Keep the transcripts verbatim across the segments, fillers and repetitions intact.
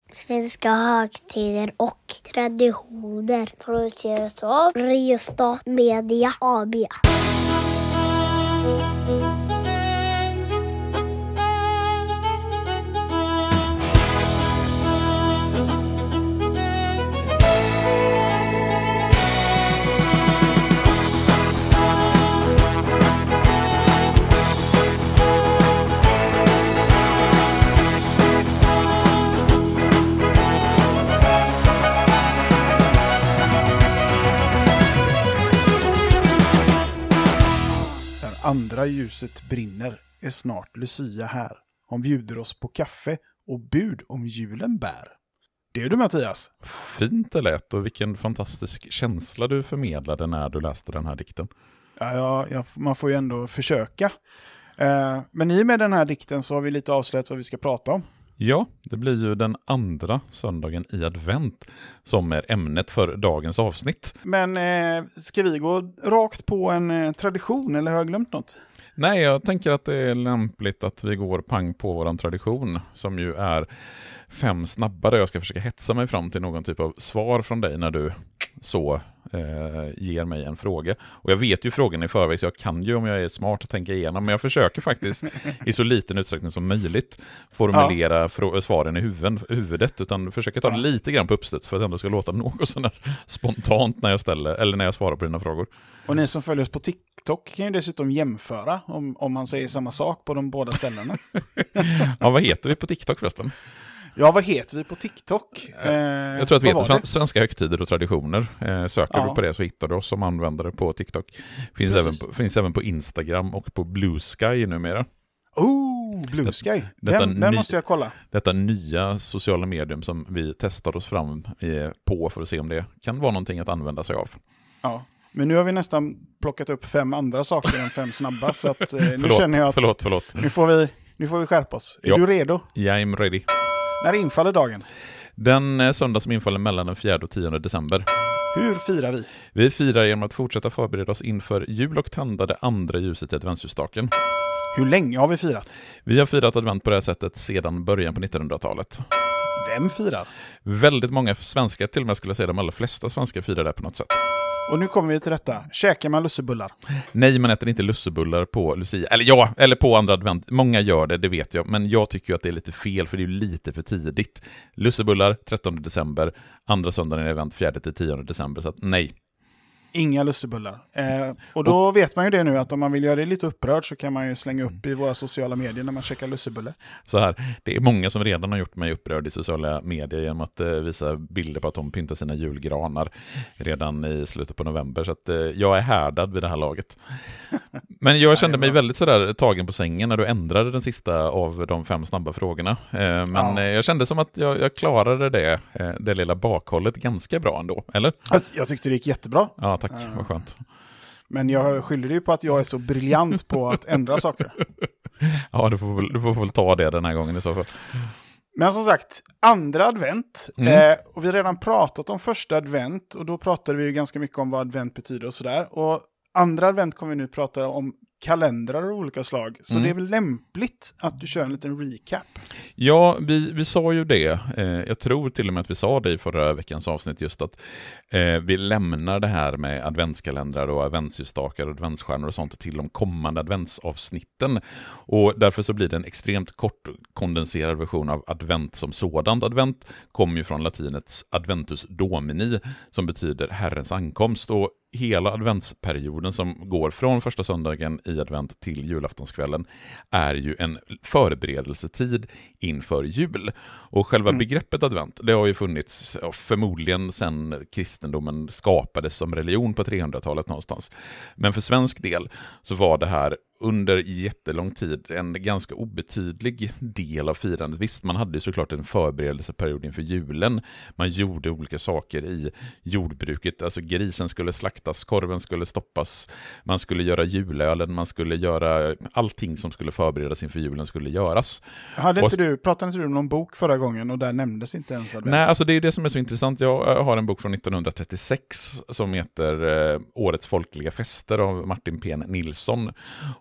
Svenska högtider och traditioner produceras av Riostat Media A B. Andra ljuset brinner är snart Lucia här. Hon bjuder oss på kaffe och bud om julen bär. Det är du, Mattias. Fint det lät, och vilken fantastisk känsla du förmedlade när du läste den här dikten. Ja, ja, ja, man får ju ändå försöka. Eh, men i med den här dikten så har vi lite avslöjat vad vi ska prata om. Ja, det blir ju den andra söndagen i advent som är ämnet för dagens avsnitt. Men eh, ska vi gå rakt på en eh, tradition, eller har jag glömt något? Nej, jag tänker att det är lämpligt att vi går pang på våran tradition som ju är fem snabbare. Jag ska försöka hetsa mig fram till någon typ av svar från dig när du så eh, ger mig en fråga. Och jag vet ju frågan i förväg, så jag kan ju, om jag är smart, att tänka igenom. Men jag försöker faktiskt i så liten utsträckning som möjligt formulera ja. frå- svaren i huvuden, huvudet, utan försöka ta det ja. lite grann på uppstöt för att det ändå ska låta något sådär spontant när jag ställer, eller när jag svarar på dina frågor. Och ni som följer oss på TikTok kan ju dessutom jämföra om, om man säger samma sak på de båda ställena. Ja, vad heter vi på TikTok förresten? Ja, vad heter vi på TikTok? Eh, jag tror att vi heter sven- Svenska högtider och traditioner. Eh, söker ja. du på det så hittar du oss som användare på TikTok. Finns även på, finns även på Instagram och på Blue Sky numera. Oh, Blue Sky. Detta den, den ny, måste jag kolla. Detta nya sociala medium som vi testar oss fram på för att se om det kan vara någonting att använda sig av. Ja. Men nu har vi nästan plockat upp fem andra saker än fem snabba. Så att, eh, nu förlåt, känner jag att förlåt, förlåt. Nu, får vi, nu får vi skärpa oss. Är ja. du redo? I'm ready. När infaller dagen? Den söndag som infaller mellan den fjärde och tionde december. Hur firar vi? Vi firar genom att fortsätta förbereda oss inför jul och tända det andra ljuset i adventsljusstaken. Hur länge har vi firat? Vi har firat advent på det här sättet sedan början på nittonhundratalet. Vem firar? Väldigt många svenskar, till och med skulle jag säga de allra flesta svenskar firar det på något sätt. Och nu kommer vi till detta. Käkar man lussebullar? Nej, man äter inte lussebullar på Lucia. Eller ja, eller på andra advent. Många gör det, det vet jag. Men jag tycker ju att det är lite fel, för det är ju lite för tidigt. Lussebullar trettonde december, andra söndagen är advent fjärde till tionde december. Så att nej. Inga lussebullar. Eh, och då och, vet man ju det nu, att om man vill göra det lite upprörd så kan man ju slänga upp i våra sociala medier när man checkar lussebulle. Så här, det är många som redan har gjort mig upprörd i sociala medier genom att eh, visa bilder på att de pyntar sina julgranar redan i slutet på november. Så att eh, jag är härdad vid det här laget. Men jag kände mig väldigt sådär tagen på sängen när du ändrade den sista av de fem snabba frågorna. Eh, men ja. eh, jag kände som att jag, jag klarade det, eh, det lilla bakhållet ganska bra ändå, eller? Alltså, jag tyckte det gick jättebra. Ja, tack. Uh, vad skönt. Men jag skyller ju på att jag är så briljant på att ändra saker. Ja, du får, väl, du får väl ta det den här gången i så fall. Men som sagt, andra advent. Mm. Eh, och vi har redan pratat om första advent. Och då pratade vi ju ganska mycket om vad advent betyder och sådär. Och andra advent kommer vi nu prata om kalendrar av olika slag. Så mm. det är väl lämpligt att du kör en liten recap. Ja, vi, vi sa ju det. Eh, jag tror till och med att vi sa det i förra veckans avsnitt, just att eh, vi lämnar det här med adventskalendrar och adventsljusstakar och adventsstjärnor och sånt till de kommande adventsavsnitten. Och därför så blir det en extremt kort kondenserad version av advent som sådant. Advent kommer ju från latinets adventus domini, som betyder Herrens ankomst, och hela adventsperioden som går från första söndagen i advent till julaftonskvällen är ju en förberedelsetid inför jul. Och själva mm. begreppet advent, det har ju funnits förmodligen sedan kristendomen skapades som religion på trehundratalet någonstans. Men för svensk del så var det här under jättelång tid en ganska obetydlig del av firandet. Visst, man hade ju såklart en förberedelseperiod inför julen. Man gjorde olika saker i jordbruket. Alltså grisen skulle slaktas, korven skulle stoppas, man skulle göra julölen, man skulle göra allting som skulle förberedas inför julen skulle göras. Hade inte du, pratade inte du om någon bok förra gången och där nämndes inte ens advent? Nej, alltså det är det som är så intressant. Jag har en bok från nittonhundratrettiosex som heter eh, Årets folkliga fester av Martin P. Nilsson.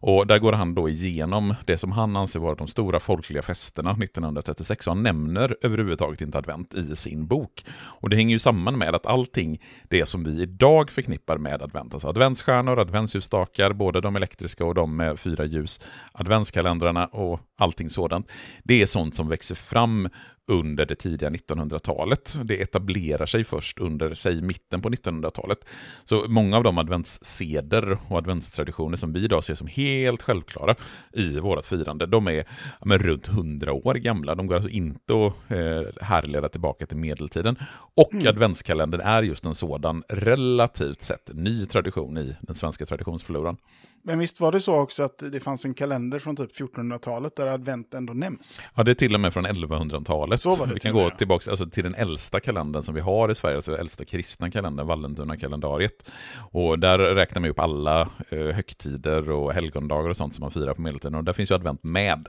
Och där går han då igenom det som han anser vara de stora folkliga festerna nittonhundratrettiosex. Och han nämner överhuvudtaget inte advent i sin bok. Och det hänger ju samman med att allting det som vi idag förknippar med advent, alltså adventsstjärnor, adventsljusstakar, både de elektriska och de med fyra ljus, adventskalendrarna och allting sådant, det är sånt som växer fram under det tidiga nittonhundratalet. Det etablerar sig först under, säg, mitten på nittonhundratalet. Så många av de adventsseder och adventstraditioner som vi idag ser som helt självklara i vårat firande, de är men, runt hundra år gamla. De går alltså inte att eh, härleda tillbaka till medeltiden. Och mm. adventskalendern är just en sådan relativt sett ny tradition i den svenska traditionsfloran. Men visst var det så också att det fanns en kalender från typ fjortonhundratalet där advent ändå nämns? Ja, det är till och med från elvahundratalet. Så var det. Vi kan gå tillbaka alltså, till den äldsta kalendern som vi har i Sverige, alltså äldsta kristna kalendern, Vallentuna-kalendariet. Och där räknar man upp alla eh, högtider och helgondagar och sånt som man firar på medeltiden. Och där finns ju advent med.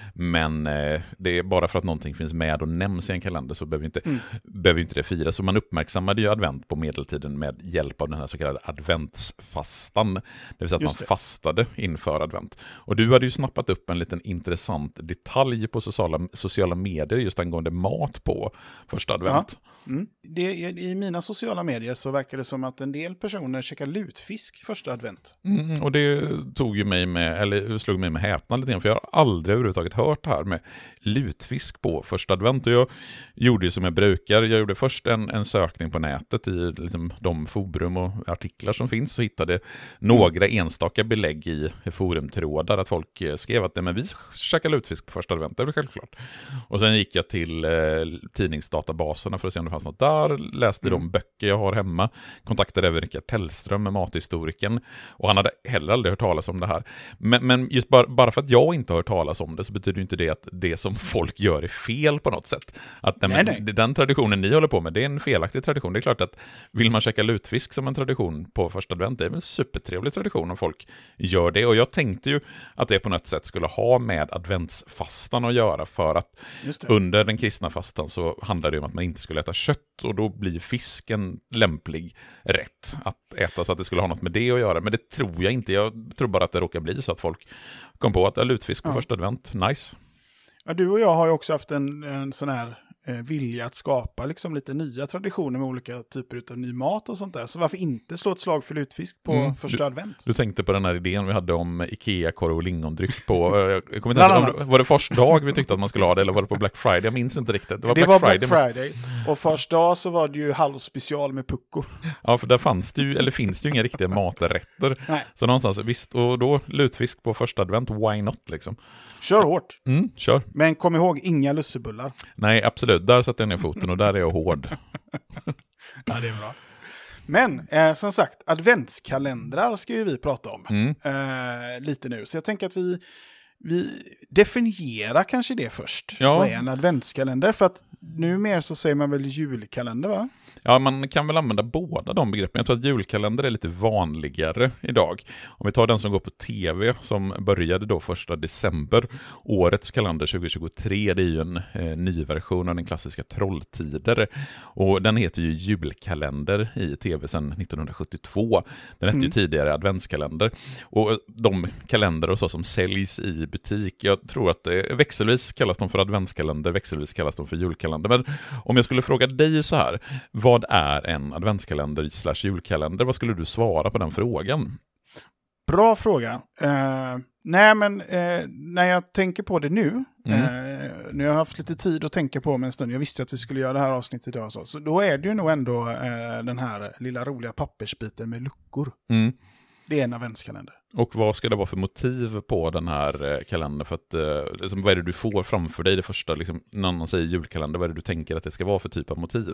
Men eh, det är bara för att någonting finns med och nämns i en kalender så behöver inte, mm. behöver inte det firas. Så man uppmärksammade ju advent på medeltiden med hjälp av den här så kallade adventsfastan. Det vill säga att Just man det. fastade inför advent. Och du hade ju snappat upp en liten intressant detalj på sociala, sociala medier just angående mat på första advent. Ja. Mm. Det, i mina sociala medier så verkar det som att en del personer käkar lutfisk första advent. Mm, och det tog ju mig med, eller slog mig med häpnad lite grann, för jag har aldrig överhuvudtaget hört det här med lutfisk på första advent. Och jag gjorde ju som jag brukar. Jag gjorde först en, en sökning på nätet i liksom de forum och artiklar som finns, så hittade några enstaka belägg i forumtrådar att folk skrev att nej, men vi käkar lutfisk på första advent, det är väl självklart. Och sen gick jag till eh, tidningsdatabaserna för att se om det fanns något där, läste mm. de böcker jag har hemma, kontaktade även Rickard Tellström med mathistoriken, och han hade heller aldrig hört talas om det här. Men, men just bara, bara för att jag inte har hört talas om det så betyder inte det att det som folk gör är fel på något sätt. Att nej, nej, men, nej. Den traditionen ni håller på med, det är en felaktig tradition. Det är klart att vill man käka lutfisk som en tradition på första advent, det är en supertrevlig tradition om folk gör det. Och jag tänkte ju att det på något sätt skulle ha med adventsfastan att göra, för att under den kristna fastan så handlar det om att man inte skulle äta kött, och då blir fisken lämplig rätt att äta, så att det skulle ha något med det att göra. Men det tror jag inte. Jag tror bara att det råkar bli så att folk kom på att det är lutfisk på ja. första advent. Nice. Ja, du och jag har ju också haft en, en sån här eh, vilja att skapa liksom lite nya traditioner med olika typer av ny mat och sånt där. Så varför inte slå ett slag för lutfisk på mm. första du, advent? Du tänkte på den här idén vi hade om Ikea-korv och lingondryck på... Jag kommer inte ihåg, var det första dag vi tyckte att man skulle ha det, eller var det på Black Friday? Jag minns inte riktigt. Det var, det Black, var Friday, Black Friday. Men... Och första dag så var det ju halvspecial med pucko. Ja, för där fanns det ju, eller finns det ju inga riktiga maträtter. Nej. Så någonstans, visst, och då lutfisk på första advent, why not liksom? Kör hårt. Mm, kör. Men kom ihåg, inga lussebullar. Nej, absolut. Där sätter jag ner foten och där är jag hård. Ja, det är bra. Men eh, som sagt, adventskalendrar ska ju vi prata om mm. eh, lite nu. Så jag tänker att vi, vi definierar kanske det först. Ja. Vad är en adventskalender? För att numera så säger man väl julkalender, va? Ja, man kan väl använda båda de begreppen. Jag tror att julkalender är lite vanligare idag. Om vi tar den som går på tv, som började då första december. Årets kalender tjugohundratjugotre, det är ju en eh, ny version av den klassiska Trolltider. Och den heter ju julkalender i tv sedan nittonhundrasjuttiotvå. Den hette mm. ju tidigare adventskalender. Och de kalender och så som säljs i butik, jag tror att det, växelvis kallas de för adventskalender, växelvis kallas de för julkalender. Men om jag skulle fråga dig så här, vad är en adventskalender slash julkalender? Vad skulle du svara på den frågan? Bra fråga. Uh, nej, men uh, när jag tänker på det nu, mm. uh, nu har jag haft lite tid att tänka på mig en stund. Jag visste att vi skulle göra det här avsnittet idag. Så, så då är det ju nog ändå uh, den här lilla roliga pappersbiten med luckor. Mm. Det är en adventskalender. Och vad ska det vara för motiv på den här kalendern? För att, eh, liksom, vad är det du får framför dig det första, liksom, när någon säger julkalender, vad är det du tänker att det ska vara för typ av motiv?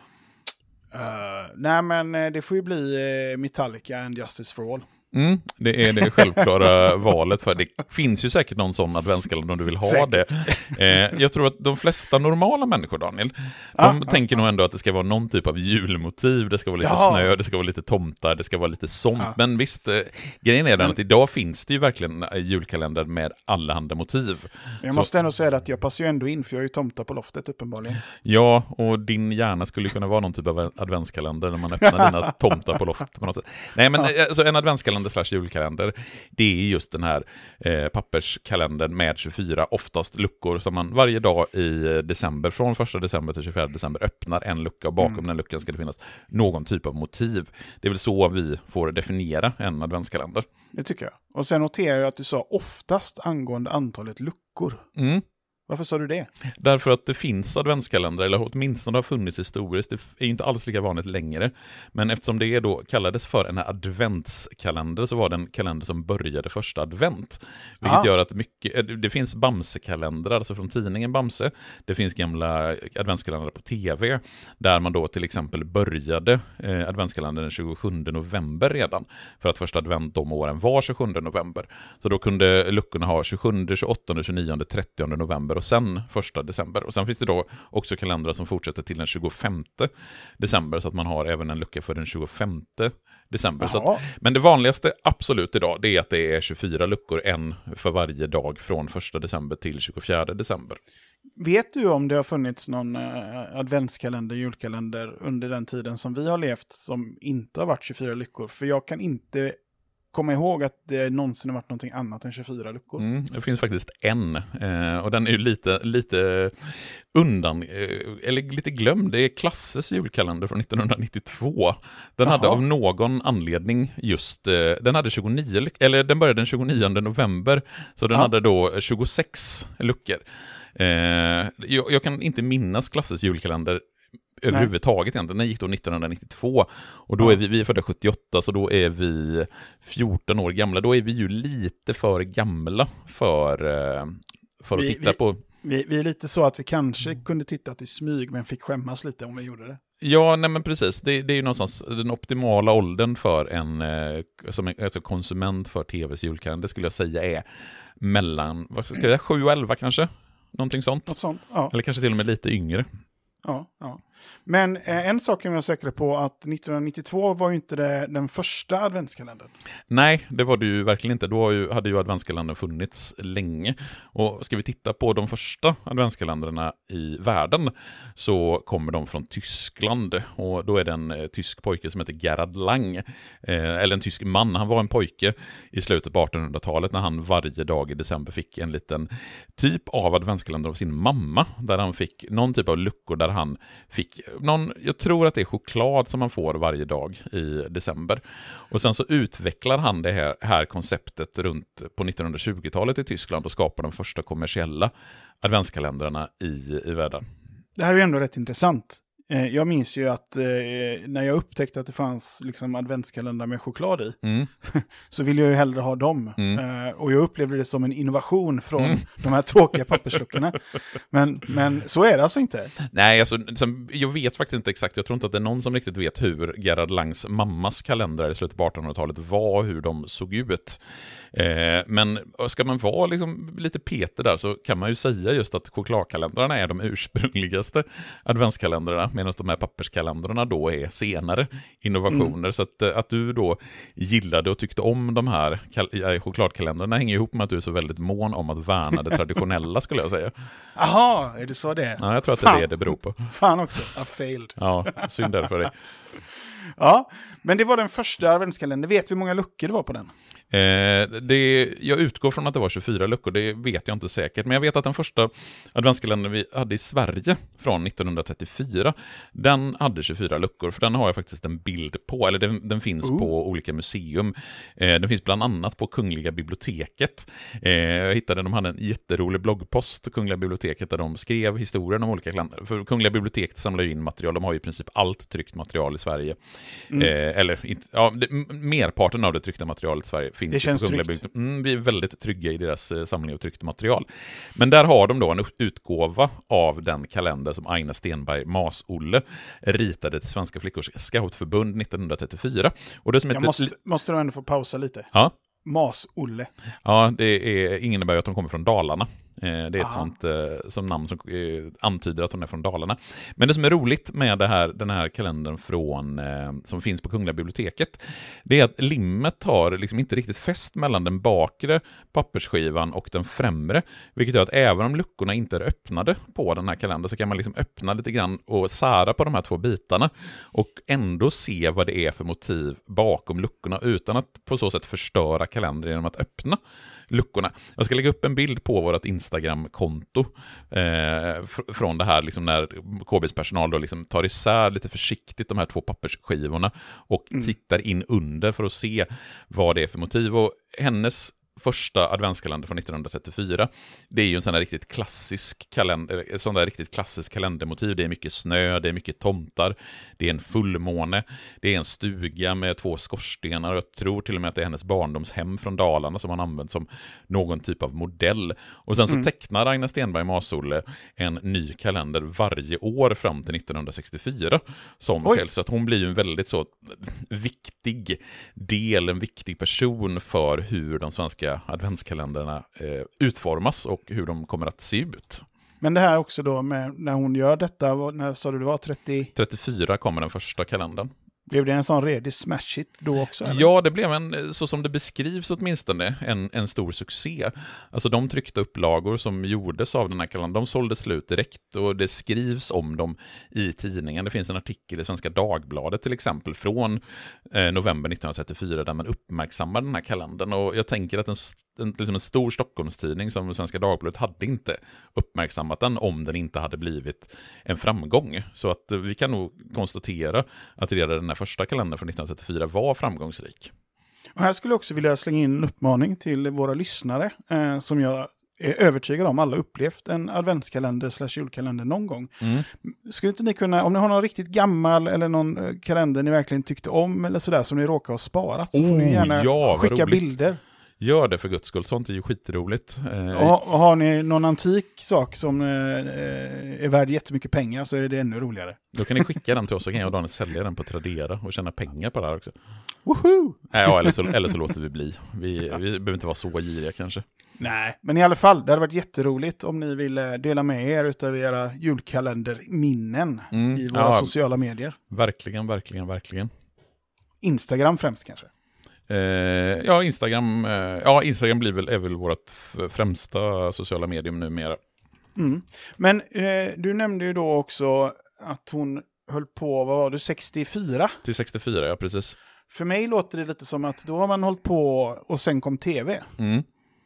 Uh, nej, men det får ju bli uh, Metallica and Justice for All. Mm, det är det självklara valet, för det finns ju säkert någon sån adventskalender om du vill ha säkert. det. Eh, jag tror att de flesta normala människor, Daniel, de ah, tänker ah, nog ändå att det ska vara någon typ av julmotiv, det ska vara lite ja. snö, det ska vara lite tomtar, det ska vara lite sånt. Ah. Men visst, eh, grejen är den att idag finns det ju verkligen julkalender med allehanda motiv. Jag Så, måste ändå säga att jag passar ju ändå in, för jag är ju tomtar på loftet uppenbarligen. Ja, och din hjärna skulle kunna vara någon typ av adventskalender när man öppnar dina tomtar på loftet på något sätt. Nej, men ah. alltså, en adventskalender adventskalender slash julkalender, det är just den här eh, papperskalendern med tjugofyra oftast luckor som man varje dag i december, från första december till tjugofjärde december, öppnar en lucka och bakom mm. den luckan ska det finnas någon typ av motiv. Det är väl så vi får definiera en adventskalender. Det tycker jag. Och sen noterar jag att du sa oftast angående antalet luckor. Mm. Varför sa du det? Därför att det finns adventskalendrar, eller åtminstone har funnits historiskt. Det är ju inte alls lika vanligt längre. Men eftersom det då kallades för en adventskalender så var det en kalender som började första advent. Vilket ah. gör att mycket, det finns Bamse-kalendrar, alltså från tidningen Bamse. Det finns gamla adventskalendrar på tv där man då till exempel började eh, adventskalendern den tjugosjunde november redan. För att första advent de åren var tjugosjunde november. Så då kunde luckorna ha tjugosjunde, tjugoåttonde, tjugonionde, trettionde november och sen första december. Och sen finns det då också kalendrar som fortsätter till den tjugofemte december så att man har även en lucka för den tjugofemte december. Så att, men det vanligaste absolut idag det är att det är tjugofyra luckor, en för varje dag från första december till tjugofjärde december. Vet du om det har funnits någon uh, adventskalender, julkalender under den tiden som vi har levt som inte har varit tjugofyra luckor? För jag kan inte komma ihåg att det någonsin har varit någonting annat än tjugofyra luckor. Mm, det finns faktiskt en. Eh, och den är ju lite, lite undan, eh, eller lite glömd. Det är Klasses julkalender från nittonhundranittiotvå. Den Aha. hade av någon anledning just, eh, den hade tjugonio, eller den började den tjugonionde november. Så den ja. hade då tjugosex luckor. Eh, jag, jag kan inte minnas Klasses julkalender överhuvudtaget egentligen. Den gick då nittonhundranittiotvå och då ja. är vi, vi är födda sjuttioåtta, så då är vi fjorton år gamla. Då är vi ju lite för gamla för, för att vi, titta vi, på. Vi, vi är lite så att vi kanske kunde titta i smyg men fick skämmas lite om vi gjorde det. Ja, nej men precis. Det, det är ju någonstans den optimala åldern för en, som en alltså konsument för tvs julkalender skulle jag säga är mellan, vad ska jag säga, sju och elva kanske? Någonting sånt. Något sånt, ja. Eller kanske till och med lite yngre. Ja, ja. Men eh, en sak är jag säker på att nittonhundranittiotvå var ju inte det, den första adventskalendern. Nej, det var det ju verkligen inte. Då ju, hade ju adventskalendern funnits länge. Och ska vi titta på de första adventskalendrarna i världen så kommer de från Tyskland. Och då är det en eh, tysk pojke som heter Gerhard Lang. Eh, eller en tysk man. Han var en pojke i slutet på artonhundratalet när han varje dag i december fick en liten typ av adventskalender av sin mamma. Där han fick någon typ av luckor där han fick någon, jag tror att det är choklad som man får varje dag i december. Och sen så utvecklar han det här, här konceptet runt på nittonhundratjugotalet i Tyskland och skapar de första kommersiella adventskalendrarna i, i världen. Det här är ju ändå rätt intressant. Jag minns ju att eh, när jag upptäckte att det fanns liksom adventskalendrar med choklad i mm. så ville jag ju hellre ha dem. Mm. Eh, och jag upplevde det som en innovation från mm. de här tråkiga pappersluckorna. Men, men så är det alltså inte. Nej, alltså, jag vet faktiskt inte exakt. Jag tror inte att det är någon som riktigt vet hur Gerhard Langs mammas kalendrar i slutet på artonhundratalet var, hur de såg ut. Eh, men ska man vara liksom lite peter där så kan man ju säga just att chokladkalendrarna är de ursprungligaste adventskalendrarna medan de här papperskalendrarna då är senare innovationer. Mm. Så att, att du då gillade och tyckte om de här kal- chokladkalendrarna hänger ihop med att du är så väldigt mån om att värna det traditionella skulle jag säga. Jaha, är det så det är? Ja, jag tror att det är det det beror på. Fan också, I failed. Ja, synd därför dig. Ja, men det var den första adventskalendern. Vet vi hur många luckor det var på den? Eh, det, jag utgår från att det var tjugofyra luckor, det vet jag inte säkert. Men jag vet att den första adventskalendern vi hade i Sverige från nittonhundratrettiofyra, den hade tjugofyra luckor. För den har jag faktiskt en bild på, eller den, den finns uh. på olika museum. Eh, den finns bland annat på Kungliga biblioteket. Eh, jag hittade, de hade en jätterolig bloggpost, Kungliga biblioteket, där de skrev historien om olika kalendrar. För Kungliga biblioteket samlar ju in material, de har ju i princip allt tryckt material i Sverige. Mm. Eh, eller, inte, ja, det, merparten av det tryckta materialet i Sverige finns. Det känns tryggt. Mm, vi är väldigt trygga i deras eh, samling av tryckt material. Men där har de då en utgåva av den kalender som Aina Stenberg Mas-Olle ritade till Svenska flickors scoutförbund nittonhundratrettiofyra. Och det som Jag heter... måste, måste du ändå få pausa lite. Ja. Mas-Olle. Ja, det är, innebär ju att de kommer från Dalarna. Det är ett Aha. sånt eh, som namn som eh, antyder att hon är från Dalarna. Men det som är roligt med det här, den här kalendern från, eh, som finns på Kungliga biblioteket, det är att limmet har liksom inte riktigt fäst mellan den bakre pappersskivan och den främre, vilket gör att även om luckorna inte är öppnade på den här kalendern så kan man liksom öppna lite grann och sära på de här två bitarna och ändå se vad det är för motiv bakom luckorna utan att på så sätt förstöra kalendern genom att öppna luckorna. Jag ska lägga upp en bild på vårt Instagram-konto eh, fr- från det här liksom när K B:s personal då liksom tar isär lite försiktigt de här två pappersskivorna och mm. tittar in under för att se vad det är för motiv. Och hennes första adventskalender från nittonhundratrettiofyra, det är ju en sån där riktigt klassisk kalender, ett sån där riktigt klassisk kalendermotiv. Det är mycket snö, det är mycket tomtar, det är en fullmåne, det är en stuga med två skorstenar och jag tror till och med att det är hennes barndomshem från Dalarna som han använt som någon typ av modell. Och sen så mm. tecknar Aina Stenberg Masole en ny kalender varje år fram till nittonhundrasextiofyra som säljs, så att hon blir ju en väldigt så viktig del, en viktig person för hur de svenska adventskalendrarna eh, utformas och hur de kommer att se ut. Men det här också då med när hon gör detta, när sa du det var trettio? trettiofyra kommer den första kalendern. Blev det en sån redig smash hit då också? Eller? Ja, det blev en, så som det beskrivs åtminstone, en, en stor succé. Alltså de tryckta upplagor som gjordes av den här kalendern, de sålde slut direkt och det skrivs om dem i tidningen. Det finns en artikel i Svenska Dagbladet till exempel från eh, november nittonhundratrettiofyra där man uppmärksammar den här kalendern. Och jag tänker att en, en, liksom en stor Stockholmstidning som Svenska Dagbladet hade inte uppmärksammat den om den inte hade blivit en framgång. Så att eh, vi kan nog konstatera att redan den här första kalendern från nittonhundratrettiofyra var framgångsrik. Och här skulle jag också vilja slänga in en uppmaning till våra lyssnare eh, som jag är övertygad om alla upplevt en adventskalender slash julkalender någon gång. Mm. Skulle inte ni kunna, om ni har någon riktigt gammal eller någon kalender ni verkligen tyckte om eller sådär som ni råkar ha sparat så oh, får ni gärna ja, skicka bilder. Gör det för guds skull, sånt är ju skitroligt. Eh, och, och har ni någon antik sak som eh, är värd jättemycket pengar så är det ännu roligare. Då kan ni skicka den till oss så kan jag och Daniel sälja den på Tradera och tjäna pengar på det här också. Woho! Ja, eller så, eller så låter vi bli. Vi, vi behöver inte vara så giriga kanske. Nej, men i alla fall, det hade varit jätteroligt om ni vill dela med er utav era julkalenderminnen mm, i våra ja, sociala medier. Verkligen, verkligen, verkligen. Instagram främst kanske. Eh, ja, Instagram, eh, ja, Instagram blir väl, är väl vårt främsta sociala medium numera. Mm. Men eh, du nämnde ju då också att hon höll på, vad var du, sextiofyra? Till sextiofyra, ja precis. För mig låter det lite som att då har man hållit på och sen kom tv. Mm.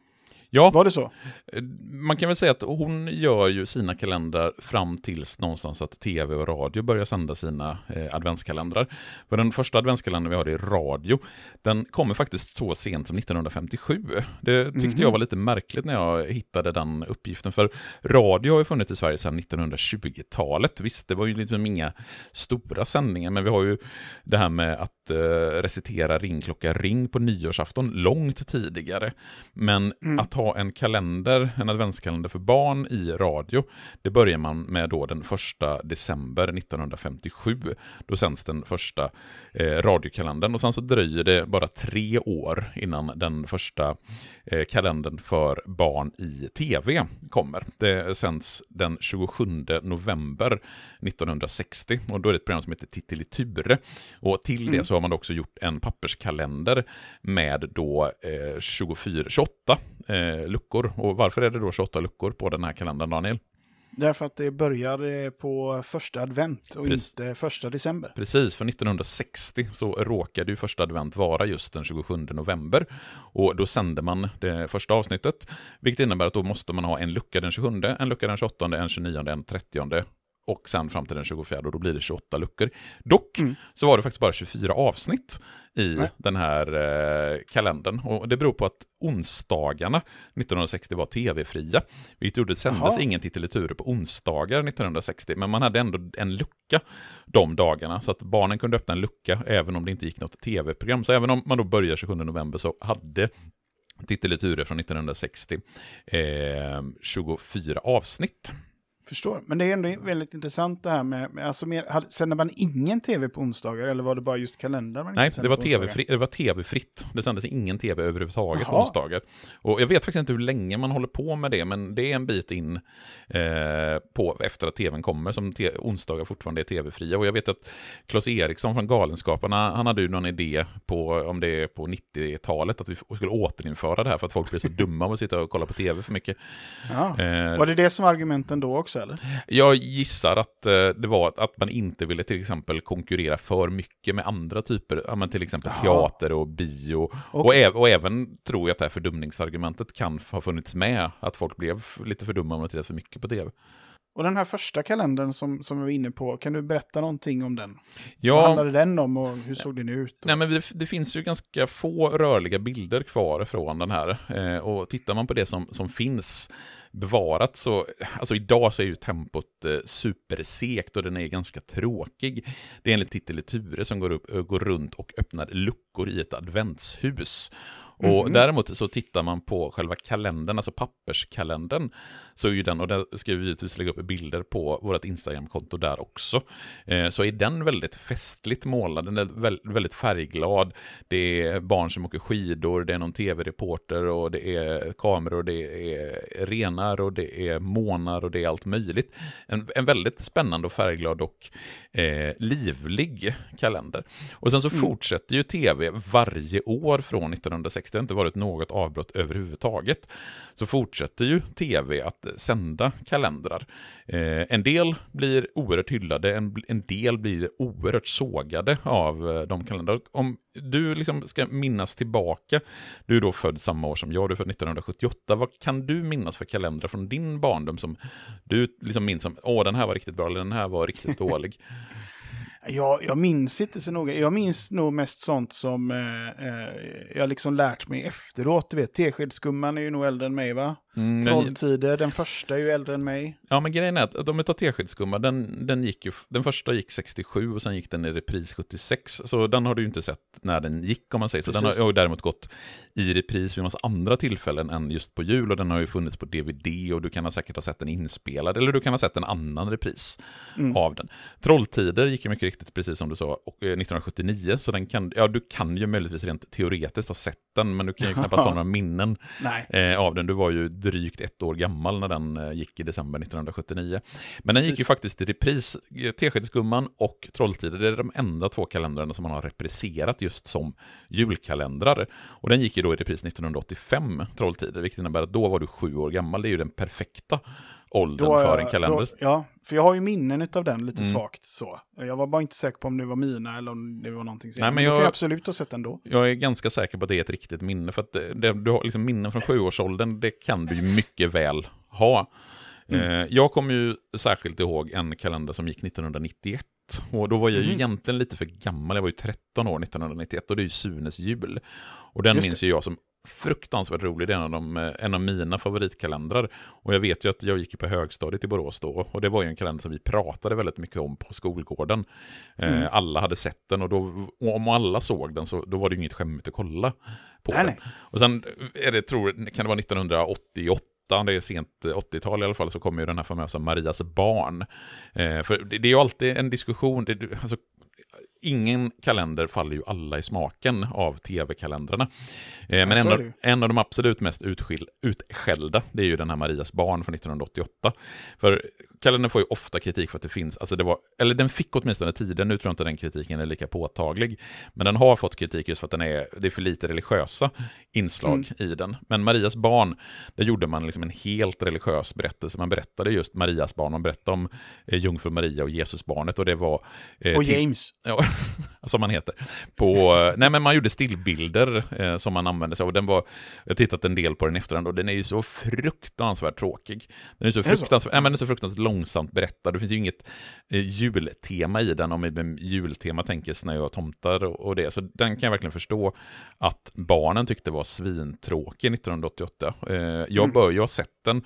Ja, var det så? Man kan väl säga att hon gör ju sina kalendrar fram tills någonstans att tv och radio börjar sända sina eh, adventskalendrar. För den första adventskalendern vi har i radio, den kommer faktiskt så sent som nittonhundrafemtiosju. Det tyckte mm-hmm. jag var lite märkligt när jag hittade den uppgiften. För radio har ju funnits i Sverige sedan nittonhundratjugotalet. Visst, det var ju liksom inga stora sändningar, men vi har ju det här med att eh, recitera ringklocka ring på nyårsafton långt tidigare. Men mm. att ha en kalender, en adventskalender för barn i radio, det börjar man med då den första december nittonhundrafemtiosju. Då sänds den första eh, radiokalendern och sen så dröjer det bara tre år innan den första eh, kalendern för barn i tv kommer. Det sänds den tjugosjunde november nittonhundrasextio och då är det ett program som heter Titteliture. Och till mm. det så har man också gjort en papperskalender med då eh, tjugofyra, tjugoåtta eh, luckor. Och varför är det då tjugoåtta luckor på den här kalendern, Daniel? Därför att det börjar på första advent och Precis. inte första december. Precis, för nittonhundrasextio så råkade ju första advent vara just den tjugosjunde november. Och då sände man det första avsnittet, vilket innebär att då måste man ha en lucka den tjugosjunde, en lucka den tjugoåttonde, en tjugonionde, en trettionde och sen fram till den tjugofjärde och då blir det tjugoåtta luckor. Dock mm. så var det faktiskt bara tjugofyra avsnitt i Nej. den här eh, kalendern. Och det beror på att onsdagarna nittonhundrasextio var tv-fria. Vilket gjorde det sändes Aha. ingen Titteliture på onsdagar nittonhundrasextio. Men man hade ändå en lucka de dagarna. Så att barnen kunde öppna en lucka även om det inte gick något tv-program. Så även om man då börjar tjugosjunde november så hade Titteliture från nittonhundrasextio eh, tjugofyra avsnitt. Förstår. Men det är ändå väldigt intressant det här med, med alltså mer, sände man ingen tv på onsdagar eller var det bara just kalendern man inte Nej, sände det var, på onsdagar? tv-fri, det var tv-fritt. Det sändes ingen tv överhuvudtaget Jaha. på onsdagar. Och jag vet faktiskt inte hur länge man håller på med det, men det är en bit in eh, på efter att tvn kommer som te- onsdagar fortfarande är tv-fria. Och jag vet att Claes Eriksson från Galenskaparna, han hade ju någon idé på, om det är på nittiotalet, att vi skulle återinföra det här för att folk blir så dumma av att sitta och kolla på tv för mycket. Ja. Eh, Var det det som var argumenten då också eller? Jag gissar att eh, det var att man inte ville till exempel konkurrera för mycket med andra typer, ja, men till exempel Jaha. teater och bio. Och, Okej. äv- och även tror jag att det här fördumningsargumentet kan ha funnits med, att folk blev lite för dumma om att titta för mycket på tv. Och den här första kalendern som, som vi var inne på, kan du berätta någonting om den? Ja. Vad handlade den om och hur såg den ut? Nej, men det, det finns ju ganska få rörliga bilder kvar från den här. Eh, och tittar man på det som, som finns bevarat så, alltså idag så är ju tempot eh, supersekt och den är ganska tråkig. Det är enligt Titel i Ture som går, upp, går runt och öppnar luckor i ett adventshus. Och Mhm. däremot så tittar man på själva kalendern, alltså papperskalendern, så är ju den, och där ska vi givetvis lägga upp bilder på vårt Instagramkonto där också, eh, så är den väldigt festligt målad, den är vä- väldigt färgglad, det är barn som åker skidor, det är någon tv-reporter och det är kameror, det är renar och det är månar och det är allt möjligt. En, en väldigt spännande och färgglad och eh, livlig kalender. Och sen så Mm. fortsätter ju tv varje år från nittonhundrasextio, det har inte varit något avbrott överhuvudtaget, så fortsätter ju tv att sända kalendrar. Eh, en del blir oerhört hyllade, en, en del blir oerhört sågade av eh, de kalendrar. Om du liksom ska minnas tillbaka, du är då född samma år som jag, du är född nittonhundrasjuttioåtta, vad kan du minnas för kalendrar från din barndom som du liksom minns som, åh den här var riktigt bra eller den här var riktigt dålig? Jag, jag minns inte så noga. Jag minns nog mest sånt som eh, eh, jag liksom lärt mig efteråt. Du vet, Teskedsgumman är ju nog äldre än mig, va? Mm, Trolltider, den första är ju äldre än mig. Ja, men grejen är att om vi tar Teskedsgumman, den, den, gick ju, den första gick sextiosju och sen gick den i repris sjuttiosex. Så den har du ju inte sett när den gick, om man säger så. Den har Precis. ju däremot gått i repris vid en massa andra tillfällen än just på jul. Och den har ju funnits på D V D och du kan ha säkert ha sett den inspelad. Eller du kan ha sett en annan repris Mm. av den. Trolltider gick ju mycket riktigt, precis som du sa, och, eh, nittonhundrasjuttionio. Så den kan, ja, du kan ju möjligtvis rent teoretiskt ha sett den, men du kan ju knappast ha några minnen Nej. eh, av den. Du var ju drygt ett år gammal när den eh, gick i december nittonhundrasjuttionio. Men den gick ju Precis. faktiskt i repris. Teskedsgumman och Trolltider, det är de enda två kalendrarna som man har repriserat just som julkalendrar. Och den gick ju då i repris nittonhundraåttiofem, Trolltider, vilket innebär att då var du sju år gammal. Det är ju den perfekta åldern Då, för eh, en kalender. Då, ja, för jag har ju minnen av den lite Mm. svagt så. Jag var bara inte säker på om det var mina eller om det var någonting senare. Nej, men men då jag- kan jag absolut ha sett den då. Jag är ganska säker på att det är ett riktigt minne, för att det, det, du har liksom minnen från sjuårsåldern, det kan du ju mycket väl ha. Mm. Eh, jag kommer ju särskilt ihåg en kalender som gick nittonhundranittioett. Och då var jag ju Mhm. egentligen lite för gammal, jag var ju tretton år nittonhundranittioett och det är ju Sunes jul. Och den Just minns ju jag som fruktansvärt rolig, det är en av, de, eh, en av mina favoritkalendrar. Och jag vet ju att jag gick ju på högstadiet i Borås då, och det var ju en kalender som vi pratade väldigt mycket om på skolgården. Eh, Mm. Alla hade sett den och, då, och om alla såg den så då var det ju inget skämmigt att kolla på Nej, den. nej. Och sen är det, tror, kan det vara nittonhundraåttioåtta, det är sent åttiotal i alla fall, så kommer ju den här famösa Marias barn. Eh, för det, det är ju alltid en diskussion, det, alltså, ingen kalender faller ju alla i smaken av tv-kalendrarna. Eh, men Ja, så en är av, det ju. en av de absolut mest utskill, utskällda, det är ju den här Marias barn från nittonhundraåttioåtta. För kalendern får ju ofta kritik för att det finns, alltså det var, eller den fick åtminstone tiden, nu tror jag inte den kritiken är lika påtaglig, men den har fått kritik just för att den är, det är för lite religiösa inslag i den. Men Marias barn, där gjorde man liksom en helt religiös berättelse. Man berättade just Marias barn, man berättade om eh, jungfru Maria och Jesusbarnet, och det var... eh, Och till- James. Ja, som man heter. På, nej men man gjorde stillbilder eh, som man använde sig av. Och den var, jag har tittat en del på den efterhand och den är ju så fruktansvärt tråkig. Den är så Är det så? fruktansvärt, nej, men den är så fruktansvärt långsamt berättad. Det finns ju inget eh, jultema i den, om vi med jultema tänker snö och tomtar och, och det. Så den kan jag verkligen förstå att barnen tyckte var svintråkig nittonhundraåttioåtta. Eh, jag Mm. bör ju ha sett den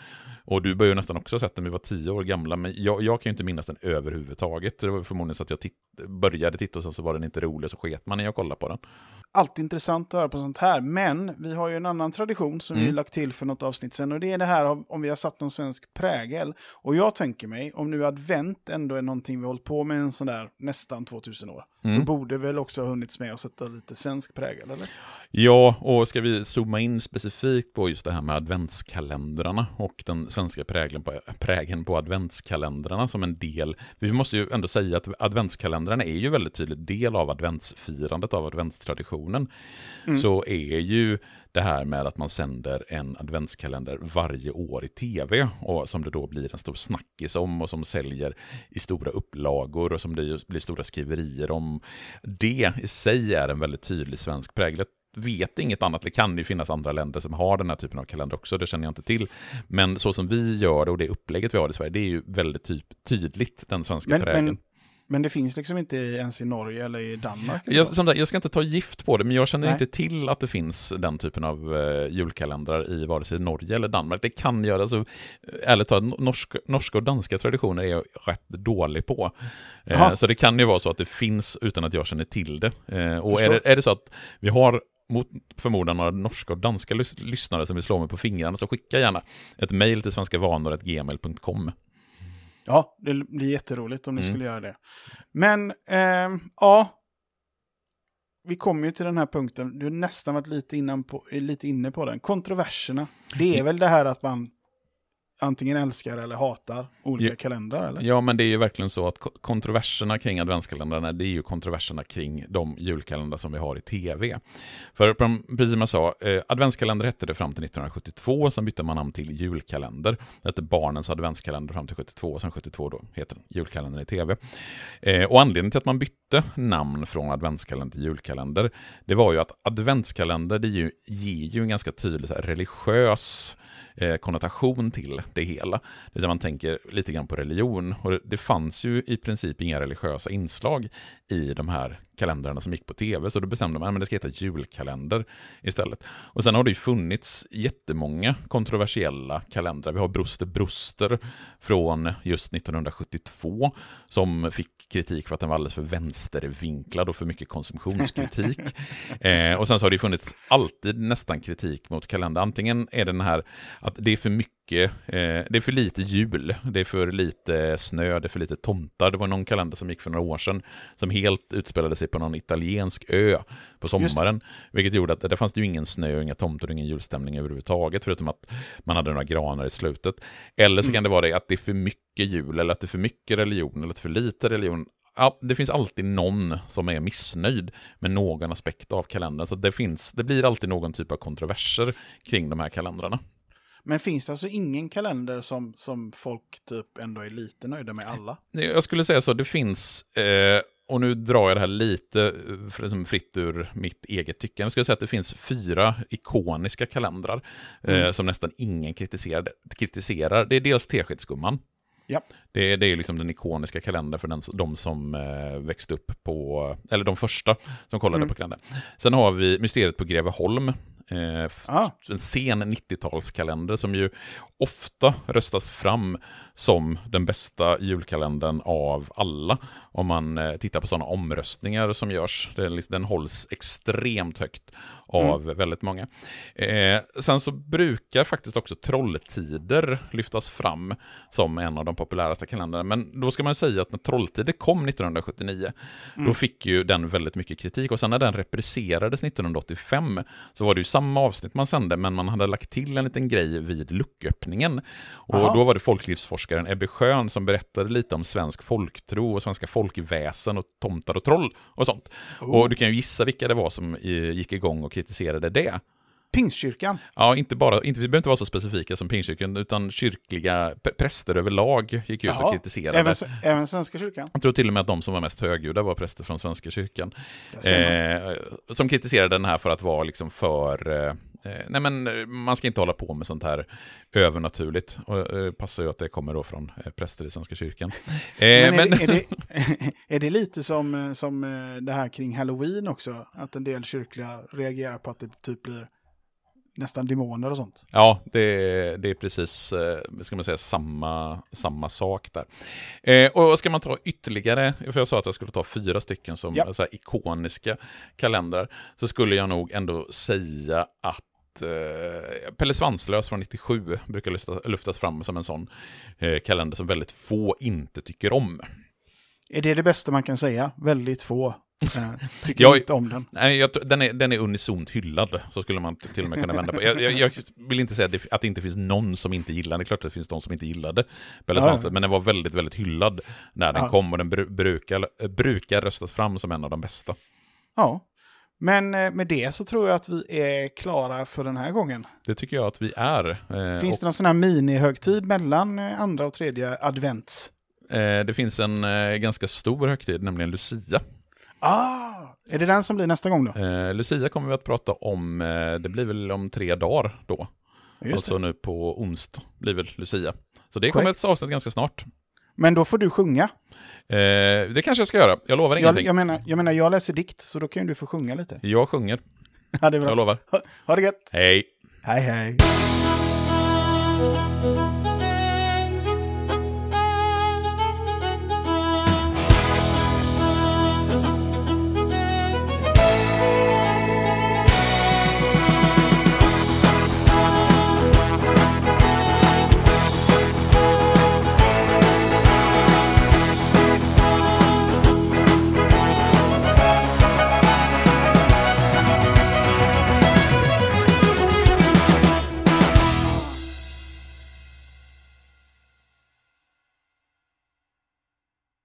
Och du började ju nästan också ha sett den, vi var tio år gamla, men jag, jag kan ju inte minnas den överhuvudtaget. Det var förmodligen så att jag titt- började titta och sen så var den inte rolig, så sket man när jag kollade på den. Allt intressant att höra på sånt här, men vi har ju en annan tradition som mm. vi lagt till för något avsnitt sen, och det är det här om vi har satt någon svensk prägel. Och jag tänker mig, om nu advent ändå är någonting vi hållit på med en sån där nästan tvåtusen år, mm. då borde väl också ha hunnits med att sätta lite svensk prägel, eller? Ja, och ska vi zooma in specifikt på just det här med adventskalendrarna och den svenska prägeln på, prägeln på adventskalendrarna som en del. Vi måste ju ändå säga att adventskalendrarna är ju väldigt tydligt del av adventsfirandet, av adventstraditionen. Mm. Så är ju det här med att man sänder en adventskalender varje år i tv, och som det då blir en stor snackis om och som säljer i stora upplagor och som det blir stora skriverier om. Det i sig är en väldigt tydlig svensk prägel. Vet inget annat, det kan ju finnas andra länder som har den här typen av kalender också, det känner jag inte till. Men så som vi gör det och det upplägget vi har i Sverige, det är ju väldigt typ, tydligt den svenska men, prägeln. Men, men det finns liksom inte ens i Norge eller i Danmark? Jag, som sagt, jag ska inte ta gift på det, men jag känner Nej. inte till att det finns den typen av uh, julkalendrar i vare sig Norge eller Danmark. Det kan göra, alltså, ärligt talat, norska, norska och danska traditioner är jag rätt dålig på. Uh, så det kan ju vara så att det finns utan att jag känner till det. Uh, och är det, är det så att vi har mot förmodan några norska och danska lys- lyssnare som vill slå mig på fingrarna, så skicka gärna ett mejl till svenskavanor at gmail punkt com. Ja, det blir jätteroligt om ni mm. skulle göra det. Men, eh, ja, vi kommer ju till den här punkten. Du har nästan varit lite, innan på, lite inne på den. Kontroverserna, det är väl det här att man antingen älskar eller hatar olika ja, kalendrar, eller? Ja, men det är ju verkligen så att kontroverserna kring adventskalendrarna, det är ju kontroverserna kring de julkalendrar som vi har i tv. För precis som jag sa, eh, adventskalender hette det fram till nittonhundrasjuttiotvå, sen bytte man namn till julkalender. Det hette barnens adventskalender fram till sjuttiotvå, och sen sjuttiotvå då heter den julkalendern i tv. Eh, och anledningen till att man bytte namn från adventskalender till julkalender, det var ju att adventskalender, det ju, ger ju en ganska tydlig så här, religiös Eh, konnotation till det hela. Det är där man tänker lite grann på religion, och det, det fanns ju i princip inga religiösa inslag i de här kalendrarna som gick på tv, så då bestämde man att det ska heta julkalender istället. Och sen har det ju funnits jättemånga kontroversiella kalendrar. Vi har Bruster Bruster från just nittonhundrasjuttiotvå som fick kritik för att den var alldeles för vänstervinklad och för mycket konsumtionskritik. eh, och sen så har det funnits alltid nästan kritik mot kalendern. Antingen är det den här att det är för mycket Eh, det är för lite jul, det är för lite snö, det är för lite tomtar. Det var någon kalender som gick för några år sedan som helt utspelade sig på någon italiensk ö på sommaren, vilket gjorde att det fanns ju ingen snö, inga tomtar och ingen julstämning överhuvudtaget, förutom att man hade några granar i slutet. Eller så mm. kan det vara det att det är för mycket jul, eller att det är för mycket religion, eller för lite religion. Ja, det finns alltid någon som är missnöjd med någon aspekt av kalendern, så det, finns, det blir alltid någon typ av kontroverser kring de här kalendrarna. Men finns det alltså ingen kalender som, som folk typ ändå är lite nöjda med alla? Jag skulle säga så, det finns, eh, och nu drar jag det här lite liksom fritt ur mitt eget tyckande. Jag skulle säga att det finns fyra ikoniska kalendrar eh, mm. som nästan ingen kritiserar. kritiserar. Det är dels Teskedsgumman. Ja. Det, det är liksom den ikoniska kalendern för den, de som eh, växte upp på, eller de första som kollade mm. på kalendern. Sen har vi Mysteriet på Greveholm. Eh, ah. En sen nittiotalskalender som ju ofta röstas fram som den bästa julkalendern av alla om man eh, tittar på sådana omröstningar som görs. Den, den hålls extremt högt av mm. väldigt många. Eh, sen så brukar faktiskt också Trolltider lyftas fram som en av de populäraste kalendrarna, men då ska man säga att när Trolltider kom nittonhundrasjuttionio mm. då fick ju den väldigt mycket kritik, och sen när den repriserades nittonhundraåttiofem så var det ju samma avsnitt man sände, men man hade lagt till en liten grej vid lucköppningen. Och Aha. då var det folklivsforskaren Ebbe Schön som berättade lite om svensk folktro och svenska folkväsen och tomtar och troll och sånt. Oh. Och du kan ju gissa vilka det var som gick igång och kritiserade det. Pingstkyrkan? Ja, inte bara, inte, vi behöver inte vara så specifika som Pingstkyrkan, utan kyrkliga präster överlag gick ut Jaha, och kritiserade. Även, även Svenska kyrkan? Jag tror till och med att de som var mest högljudda var präster från Svenska kyrkan. Eh, som kritiserade den här för att vara liksom för... Eh, nej men man ska inte hålla på med sånt här övernaturligt. Och eh, passar ju att det kommer då från eh, präster i Svenska kyrkan. Eh, men är, men... Det, är, det, är det lite som, som det här kring Halloween också? Att en del kyrkliga reagerar på att det typ blir nästan demoner och sånt. Ja, det, det är precis eh, ska man säga, samma, samma sak där. Eh, och ska man ta ytterligare, för jag sa att jag skulle ta fyra stycken som ja. så här, ikoniska kalendrar, så skulle jag nog ändå säga att eh, Pelle Svanslös från nittiosju brukar lyfta, lyftas fram som en sån eh, kalender som väldigt få inte tycker om. Är det det bästa man kan säga? Väldigt få äh, tycker jag, inte om den. Nej, jag, den, är, den är unisont hyllad, så skulle man till och med kunna vända på. Jag, jag, jag vill inte säga att det, att det inte finns någon som inte gillar den. Det är klart att det finns de som inte gillade Pelle ja, Svanslös, men den var väldigt, väldigt hyllad när den ja. kom, och den bru, brukar, brukar röstas fram som en av de bästa. Ja, men med det så tror jag att vi är klara för den här gången. Det tycker jag att vi är. Eh, Finns och... det någon sån här mini-högtid mellan andra och tredje advents? Eh, det finns en eh, ganska stor högtid, nämligen Lucia. Ah, är det den som blir nästa gång då? Eh, Lucia kommer vi att prata om, eh, det blir väl om tre dagar då. Just alltså det. Nu på onsdag blir väl Lucia. Så det kommer ett avsnitt ganska snart. Men då får du sjunga. Eh, det kanske jag ska göra, jag lovar ingenting. Jag, jag, menar, jag menar, jag läser dikt, så då kan du få sjunga lite. Jag sjunger. Ja, det är bra. Jag lovar. Ha, ha det gött. Hej. Hej, hej.